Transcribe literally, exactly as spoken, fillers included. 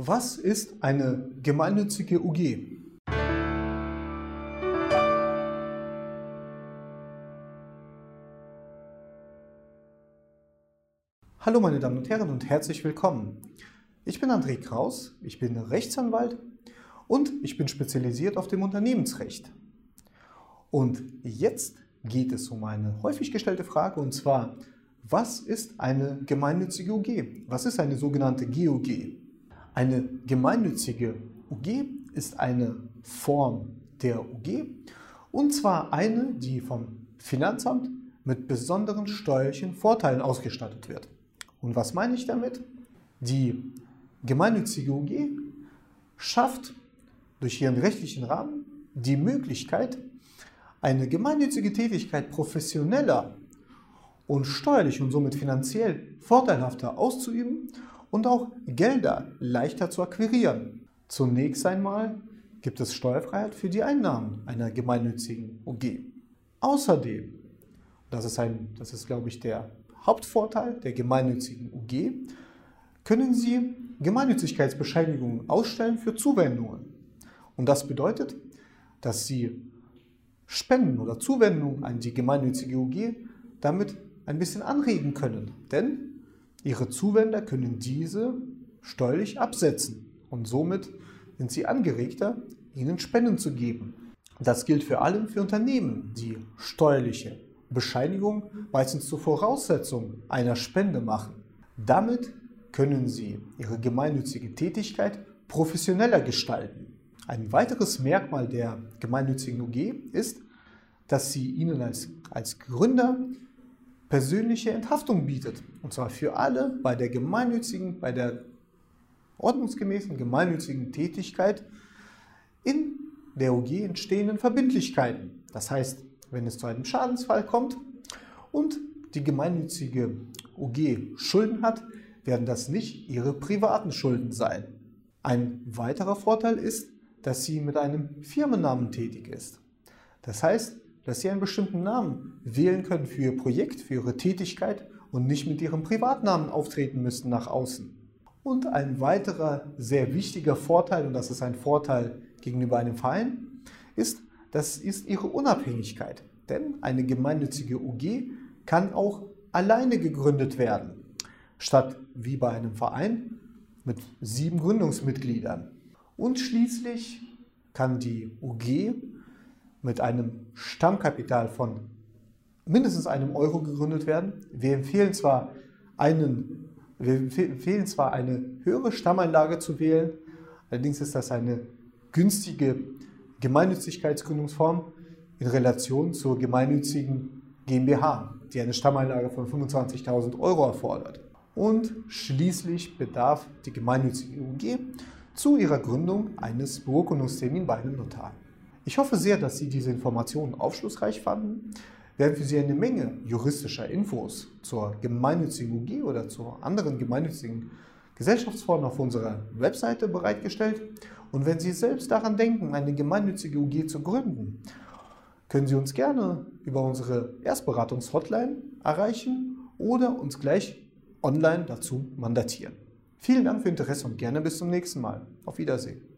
Was ist eine gemeinnützige U G? Hallo meine Damen und Herren und herzlich willkommen. Ich bin André Kraus, ich bin Rechtsanwalt und ich bin spezialisiert auf dem Unternehmensrecht. Und jetzt geht es um eine häufig gestellte Frage, und zwar: Was ist eine gemeinnützige U G? Was ist eine sogenannte G U G? Eine gemeinnützige U G ist eine Form der U G, und zwar eine, die vom Finanzamt mit besonderen steuerlichen Vorteilen ausgestattet wird. Und was meine ich damit? Die gemeinnützige U G schafft durch ihren rechtlichen Rahmen die Möglichkeit, eine gemeinnützige Tätigkeit professioneller und steuerlich und somit finanziell vorteilhafter auszuüben und auch Gelder leichter zu akquirieren. Zunächst einmal gibt es Steuerfreiheit für die Einnahmen einer gemeinnützigen U G. Außerdem, das ist, ein, das ist glaube ich der Hauptvorteil der gemeinnützigen U G, können Sie Gemeinnützigkeitsbescheinigungen ausstellen für Zuwendungen. Und das bedeutet, dass Sie Spenden oder Zuwendungen an die gemeinnützige U G damit ein bisschen anregen können, denn Ihre Zuwender können diese steuerlich absetzen und somit sind sie angeregter, ihnen Spenden zu geben. Das gilt vor allem für Unternehmen, die steuerliche Bescheinigung meistens zur Voraussetzung einer Spende machen. Damit können Sie Ihre gemeinnützige Tätigkeit professioneller gestalten. Ein weiteres Merkmal der gemeinnützigen U G ist, dass sie Ihnen als, als Gründer persönliche Enthaftung bietet, und zwar für alle bei der gemeinnützigen, bei der ordnungsgemäßen gemeinnützigen Tätigkeit in der U G entstehenden Verbindlichkeiten. Das heißt, wenn es zu einem Schadensfall kommt und die gemeinnützige U G Schulden hat, werden das nicht Ihre privaten Schulden sein. Ein weiterer Vorteil ist, dass sie mit einem Firmennamen tätig ist. Das heißt, dass Sie einen bestimmten Namen wählen können für Ihr Projekt, für Ihre Tätigkeit und nicht mit Ihrem Privatnamen auftreten müssten nach außen. Und ein weiterer sehr wichtiger Vorteil, und das ist ein Vorteil gegenüber einem Verein, ist, das ist Ihre Unabhängigkeit. Denn eine gemeinnützige U G kann auch alleine gegründet werden, statt wie bei einem Verein mit sieben Gründungsmitgliedern. Und schließlich kann die U G mit einem Stammkapital von mindestens einem Euro gegründet werden. Wir empfehlen zwar, einen, wir empfehlen zwar eine höhere Stammeinlage zu wählen, allerdings ist das eine günstige Gemeinnützigkeitsgründungsform in Relation zur gemeinnützigen GmbH, die eine Stammeinlage von fünfundzwanzigtausend Euro erfordert. Und schließlich bedarf die gemeinnützige U G zu ihrer Gründung eines Beurkundungstermins bei einem Notar. Ich hoffe sehr, dass Sie diese Informationen aufschlussreich fanden. Wir haben für Sie eine Menge juristischer Infos zur gemeinnützigen U G oder zu anderen gemeinnützigen Gesellschaftsformen auf unserer Webseite bereitgestellt. Und wenn Sie selbst daran denken, eine gemeinnützige U G zu gründen, können Sie uns gerne über unsere Erstberatungs-Hotline erreichen oder uns gleich online dazu mandatieren. Vielen Dank für Ihr Interesse und gerne bis zum nächsten Mal. Auf Wiedersehen.